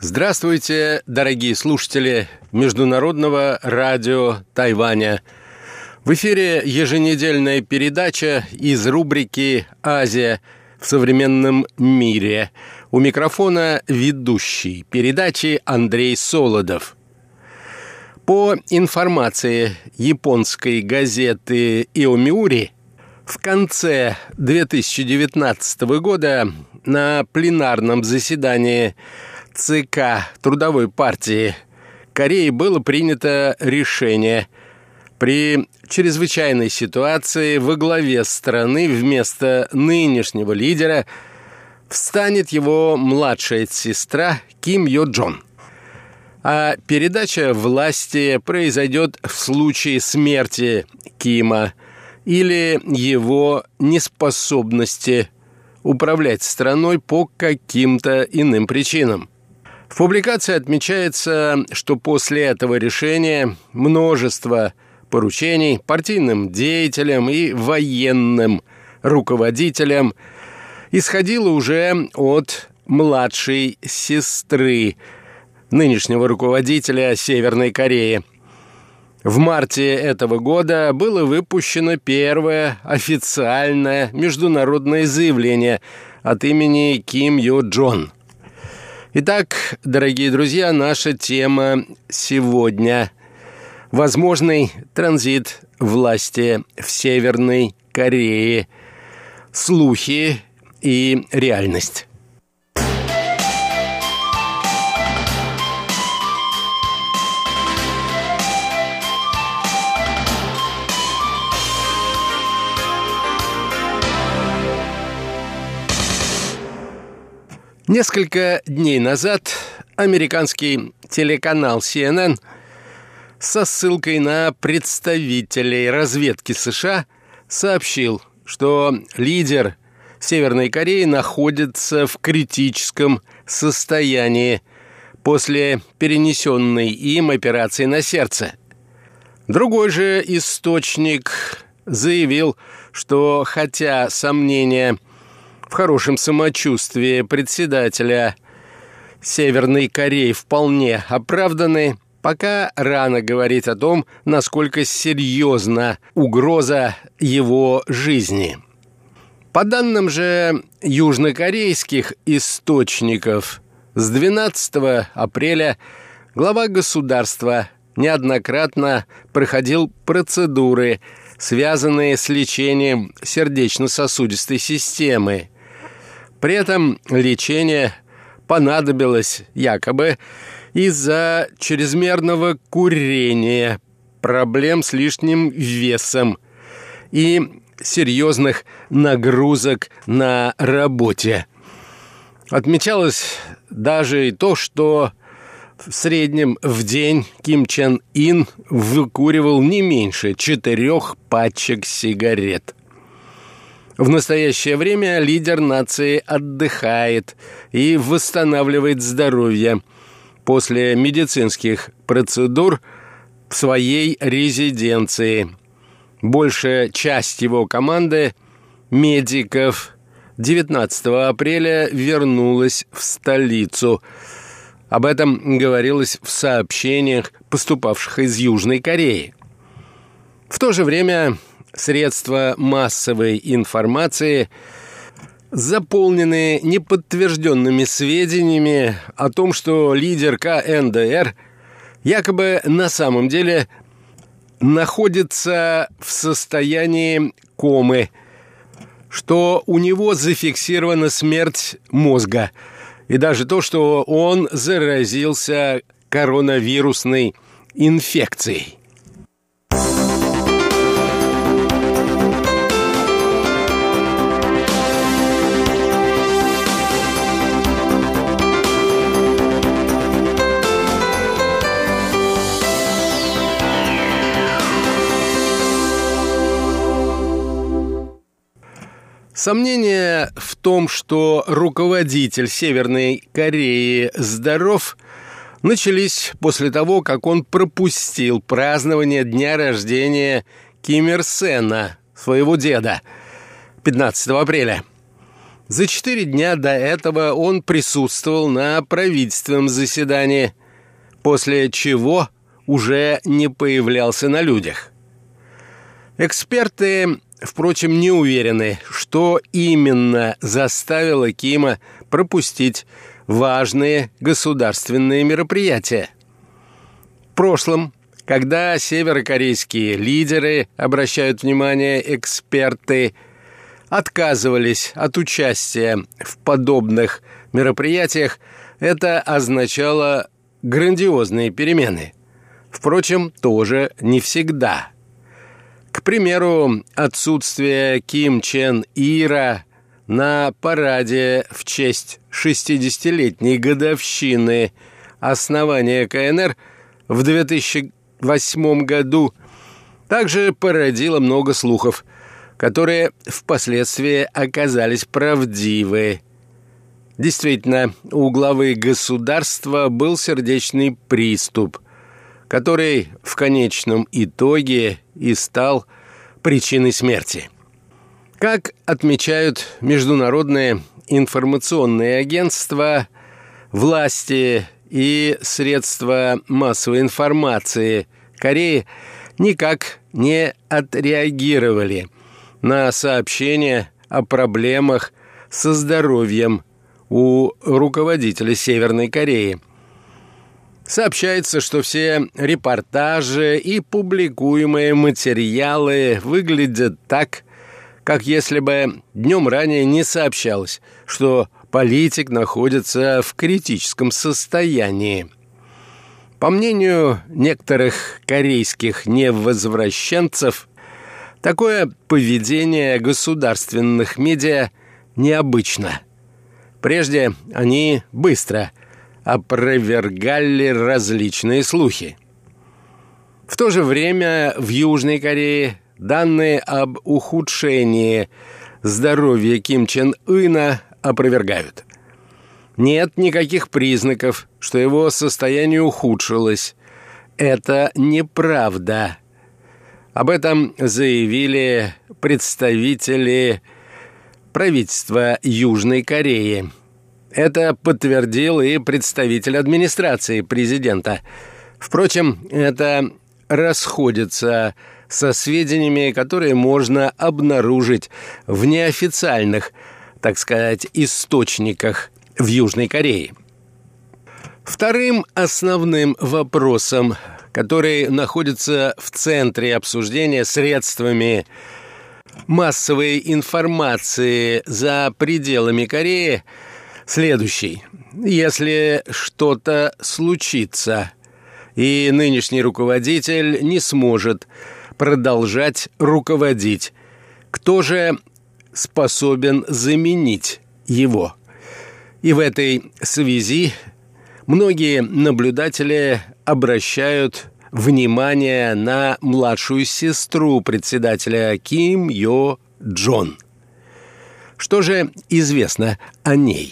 Здравствуйте, дорогие слушатели Международного радио Тайваня. В эфире еженедельная передача из рубрики «Азия в современном мире». У микрофона ведущий передачи Андрей Солодов. По информации японской газеты «Иомиури», в конце 2019 года на пленарном заседании ЦК Трудовой партии Кореи было принято решение: при чрезвычайной ситуации во главе страны вместо нынешнего лидера встанет его младшая сестра Ким Йо Джон. А передача власти произойдет в случае смерти Кима или его неспособности управлять страной по каким-то иным причинам. В публикации отмечается, что после этого решения множество поручений партийным деятелям и военным руководителям исходило уже от младшей сестры нынешнего руководителя Северной Кореи. В марте этого года было выпущено первое официальное международное заявление от имени Ким Йо Джон. Итак, дорогие друзья, наша тема сегодня – возможный транзит власти в Северной Корее, слухи и реальность. Несколько дней назад американский телеканал CNN со ссылкой на представителей разведки США сообщил, что лидер Северной Кореи находится в критическом состоянии после перенесенной им операции на сердце. Другой же источник заявил, что хотя сомнения в хорошем самочувствии председателя Северной Кореи вполне оправданы, пока рано говорить о том, насколько серьезна угроза его жизни. По данным же южнокорейских источников, с 12 апреля глава государства неоднократно проходил процедуры, связанные с лечением сердечно-сосудистой системы. При этом лечение понадобилось якобы из-за чрезмерного курения, проблем с лишним весом и серьезных нагрузок на работе. Отмечалось даже и то, что в среднем в день Ким Чен Ын выкуривал не меньше 4 пачек сигарет. В настоящее время лидер нации отдыхает и восстанавливает здоровье после медицинских процедур в своей резиденции. Большая часть его команды медиков 19 апреля вернулась в столицу. Об этом говорилось в сообщениях, поступавших из Южной Кореи. В то же время средства массовой информации заполнены неподтвержденными сведениями о том, что лидер КНДР якобы на самом деле находится в состоянии комы, что у него зафиксирована смерть мозга, и даже то, что он заразился коронавирусной инфекцией. Сомнения в том, что руководитель Северной Кореи здоров, начались после того, как он пропустил празднование дня рождения Ким Ир Сена, своего деда, 15 апреля. За 4 дня до этого он присутствовал на правительственном заседании, после чего уже не появлялся на людях. Эксперты, впрочем, не уверены, что именно заставило Кима пропустить важные государственные мероприятия. В прошлом, когда северокорейские лидеры, обращают внимание эксперты, отказывались от участия в подобных мероприятиях, это означало грандиозные перемены. Впрочем, тоже не всегда. К примеру, отсутствие Ким Чен Ира на параде в честь 60-летней годовщины основания КНР в 2008 году также породило много слухов, которые впоследствии оказались правдивы. Действительно, у главы государства был сердечный приступ, который в конечном итоге и стал причиной смерти. Как отмечают международные информационные агентства, власти и средства массовой информации Кореи никак не отреагировали на сообщения о проблемах со здоровьем у руководителя Северной Кореи. Сообщается, что все репортажи и публикуемые материалы выглядят так, как если бы днем ранее не сообщалось, что политик находится в критическом состоянии. По мнению некоторых корейских невозвращенцев, такое поведение государственных медиа необычно. Прежде они быстро опровергали различные слухи. В то же время в Южной Корее данные об ухудшении здоровья Ким Чен Ына опровергают. Нет никаких признаков, что его состояние ухудшилось. Это неправда. Об этом заявили представители правительства Южной Кореи. Это подтвердил и представитель администрации президента. Впрочем, это расходится со сведениями, которые можно обнаружить в неофициальных, так сказать, источниках в Южной Корее. Вторым основным вопросом, который находится в центре обсуждения средствами массовой информации за пределами Кореи, следующий. Если что-то случится, и нынешний руководитель не сможет продолжать руководить, кто же способен заменить его? И в этой связи многие наблюдатели обращают внимание на младшую сестру председателя Ким Йо Джон. Что же известно о ней?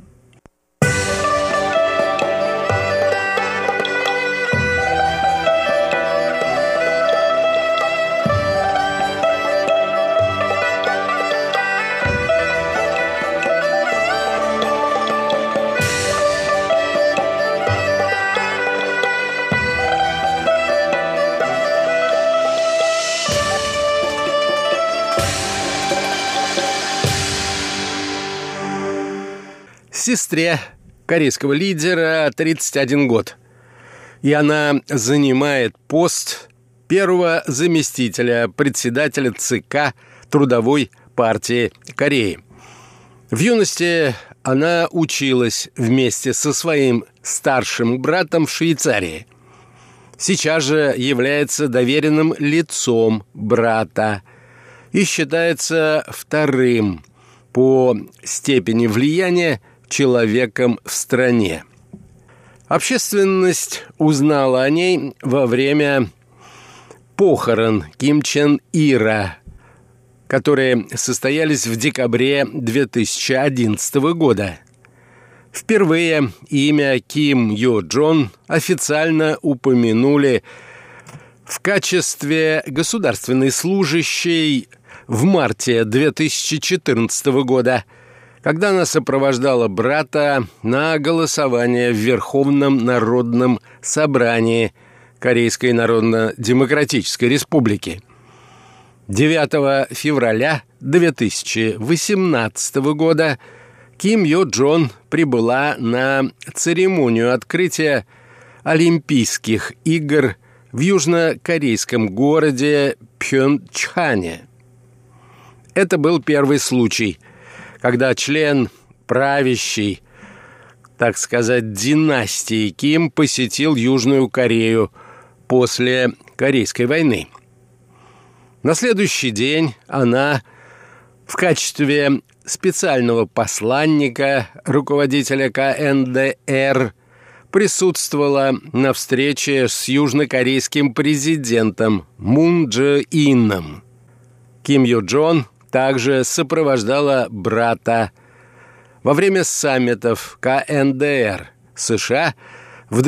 Сестре корейского лидера 31 год, и она занимает пост первого заместителя председателя ЦК Трудовой партии Кореи. В юности она училась вместе со своим старшим братом в Швейцарии. Сейчас же является доверенным лицом брата и считается вторым по степени влияния человеком в стране. Общественность узнала о ней во время похорон Ким Чен Ира, которые состоялись в декабре 2011 года. Впервые имя Ким Йо Джон официально упомянули в качестве государственной служащей в марте 2014 года, когда она сопровождала брата на голосование в Верховном народном собрании Корейской Народно-Демократической Республики. 9 февраля 2018 года Ким Йо Джон прибыла на церемонию открытия Олимпийских игр в южнокорейском городе Пхёнчхане. Это был первый случай, когда член правящей, так сказать, династии Ким посетил Южную Корею после Корейской войны. На следующий день она в качестве специального посланника руководителя КНДР присутствовала на встрече с южнокорейским президентом Мун Дже Ином. Ким Йо Джон также сопровождала брата во время саммитов КНДР США в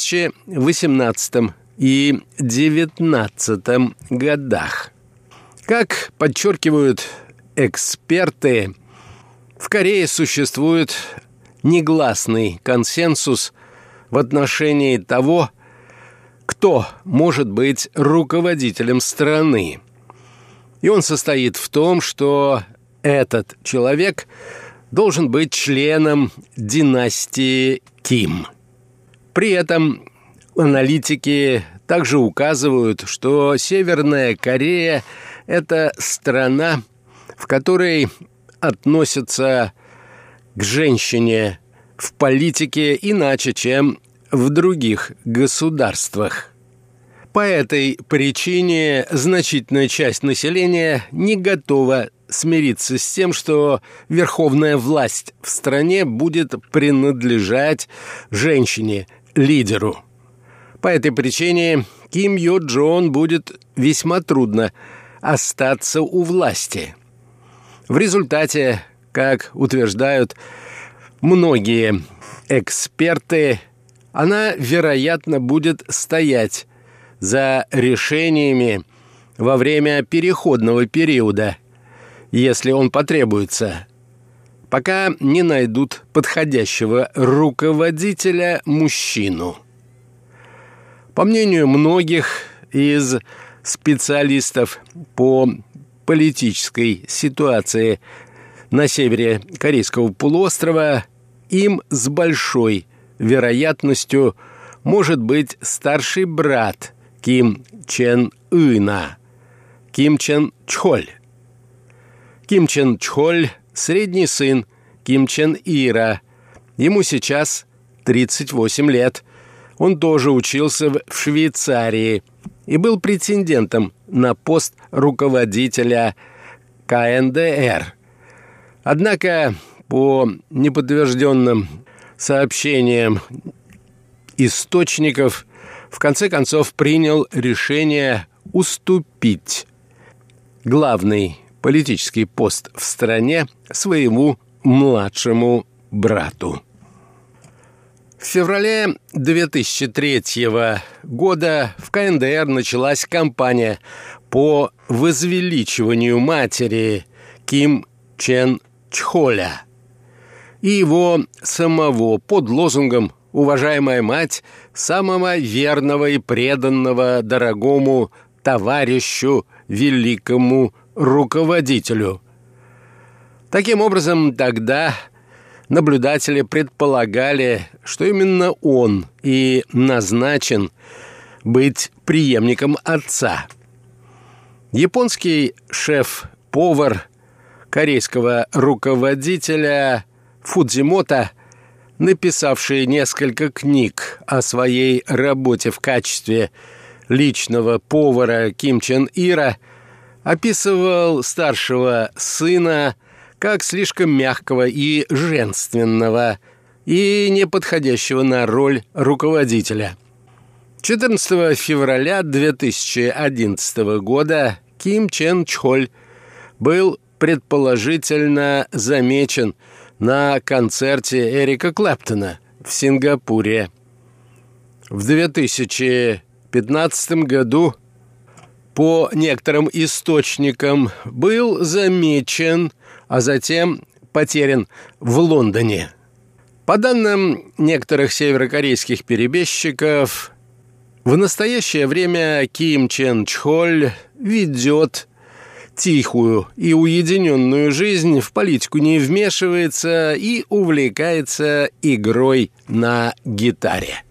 2018 и 2019 годах. Как подчеркивают эксперты, в Корее существует негласный консенсус в отношении того, кто может быть руководителем страны. И он состоит в том, что этот человек должен быть членом династии Ким. При этом аналитики также указывают, что Северная Корея – это страна, в которой относятся к женщине в политике иначе, чем в других государствах. По этой причине значительная часть населения не готова смириться с тем, что верховная власть в стране будет принадлежать женщине-лидеру. По этой причине Ким Йо Джон будет весьма трудно остаться у власти. В результате, как утверждают многие эксперты, она, вероятно, будет стоять за решениями во время переходного периода, если он потребуется, пока не найдут подходящего руководителя-мужчину. По мнению многих из специалистов по политической ситуации на севере Корейского полуострова, им с большой вероятностью может быть старший брат Ким Чен Ына, Ким Чен Чхоль. Ким Чен Чхоль – средний сын Ким Чен Ира. Ему сейчас 38 лет. Он тоже учился в Швейцарии и был претендентом на пост руководителя КНДР. Однако, по неподтвержденным сообщениям источников, в конце концов принял решение уступить главный политический пост в стране своему младшему брату. В феврале 2003 года в КНДР началась кампания по возвеличиванию матери Ким Чен Чхоля и его самого под лозунгом «Уважаемая мать самого верного и преданного дорогому товарищу, великому руководителю». Таким образом, тогда наблюдатели предполагали, что именно он и назначен быть преемником отца. Японский шеф-повар корейского руководителя Фудзимото, написавший несколько книг о своей работе в качестве личного повара Ким Чен Ира, описывал старшего сына как слишком мягкого и женственного, и не подходящего на роль руководителя. 14 февраля 2011 года Ким Чен Чхоль был предположительно замечен на концерте Эрика Клэптона в Сингапуре. В 2015 году, по некоторым источникам, был замечен, а затем потерян в Лондоне. По данным некоторых северокорейских перебежчиков, в настоящее время Ким Чен Чхоль ведет тихую и уединенную жизнь, в политику не вмешивается и увлекается игрой на гитаре.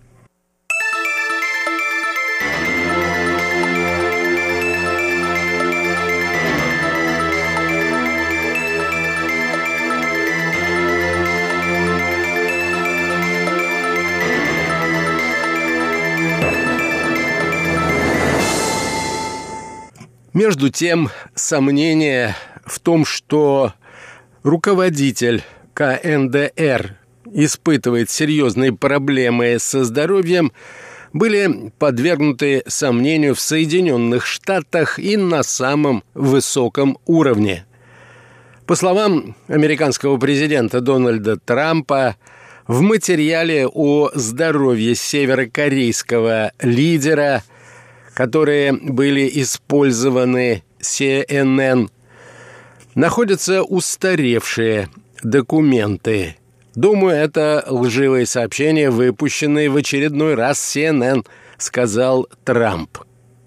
Между тем, сомнения в том, что руководитель КНДР испытывает серьезные проблемы со здоровьем, были подвергнуты сомнению в Соединенных Штатах и на самом высоком уровне. По словам американского президента Дональда Трампа, в материале о здоровье северокорейского лидера, которые были использованы CNN, находятся устаревшие документы. Думаю, это лживые сообщения, выпущенные в очередной раз CNN, сказал Трамп.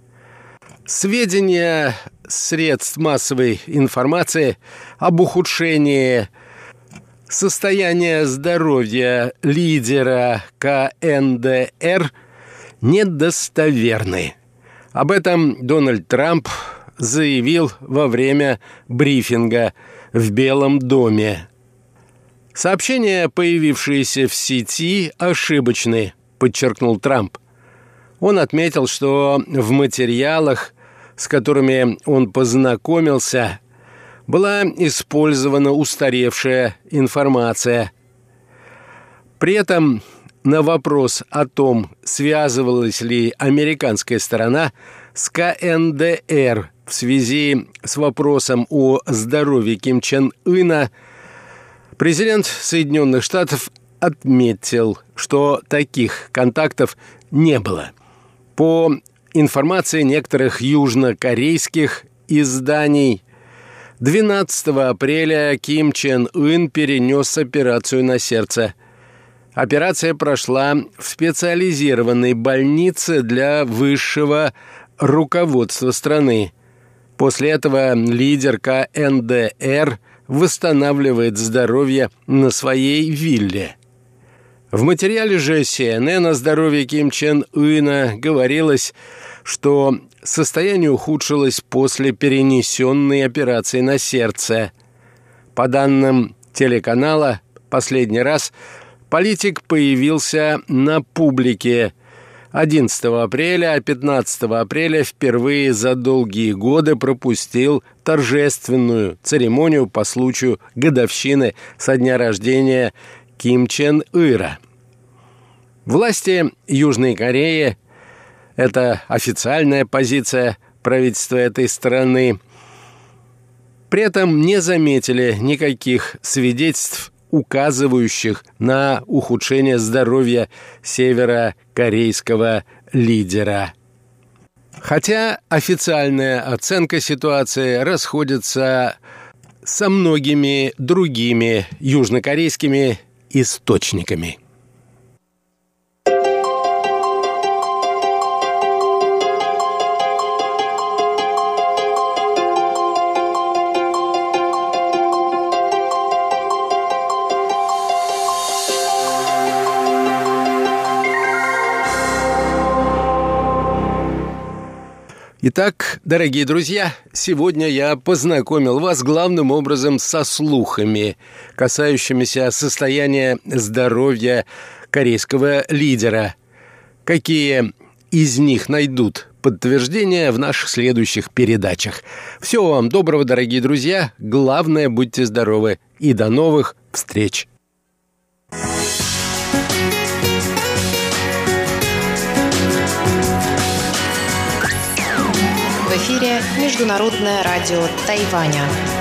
Сведения средств массовой информации об ухудшении состояния здоровья лидера КНДР недостоверны. Об этом Дональд Трамп заявил во время брифинга в Белом доме. Сообщения, появившиеся в сети, ошибочны, подчеркнул Трамп. Он отметил, что в материалах, с которыми он познакомился, была использована устаревшая информация. При этом на вопрос о том, связывалась ли американская сторона с КНДР в связи с вопросом о здоровье Ким Чен Ына, президент Соединенных Штатов отметил, что таких контактов не было. По информации некоторых южнокорейских изданий, 12 апреля Ким Чен Ын перенес операцию на сердце. Операция прошла в специализированной больнице для высшего руководства страны. После этого лидер КНДР восстанавливает здоровье на своей вилле. В материале же CNN о здоровье Ким Чен Ына говорилось, что состояние ухудшилось после перенесенной операции на сердце. По данным телеканала, последний раз политик появился на публике 11 апреля, а 15 апреля впервые за долгие годы пропустил торжественную церемонию по случаю годовщины со дня рождения Ким Чен Ира. Власти Южной Кореи, это официальная позиция правительства этой страны, при этом не заметили никаких свидетельств, указывающих на ухудшение здоровья северокорейского лидера. Хотя официальная оценка ситуации расходится со многими другими южнокорейскими источниками. Итак, дорогие друзья, сегодня я познакомил вас главным образом со слухами, касающимися состояния здоровья корейского лидера. Какие из них найдут подтверждение в наших следующих передачах. Всего вам доброго, дорогие друзья. Главное, будьте здоровы. И до новых встреч. В эфире Международное радио Тайваня.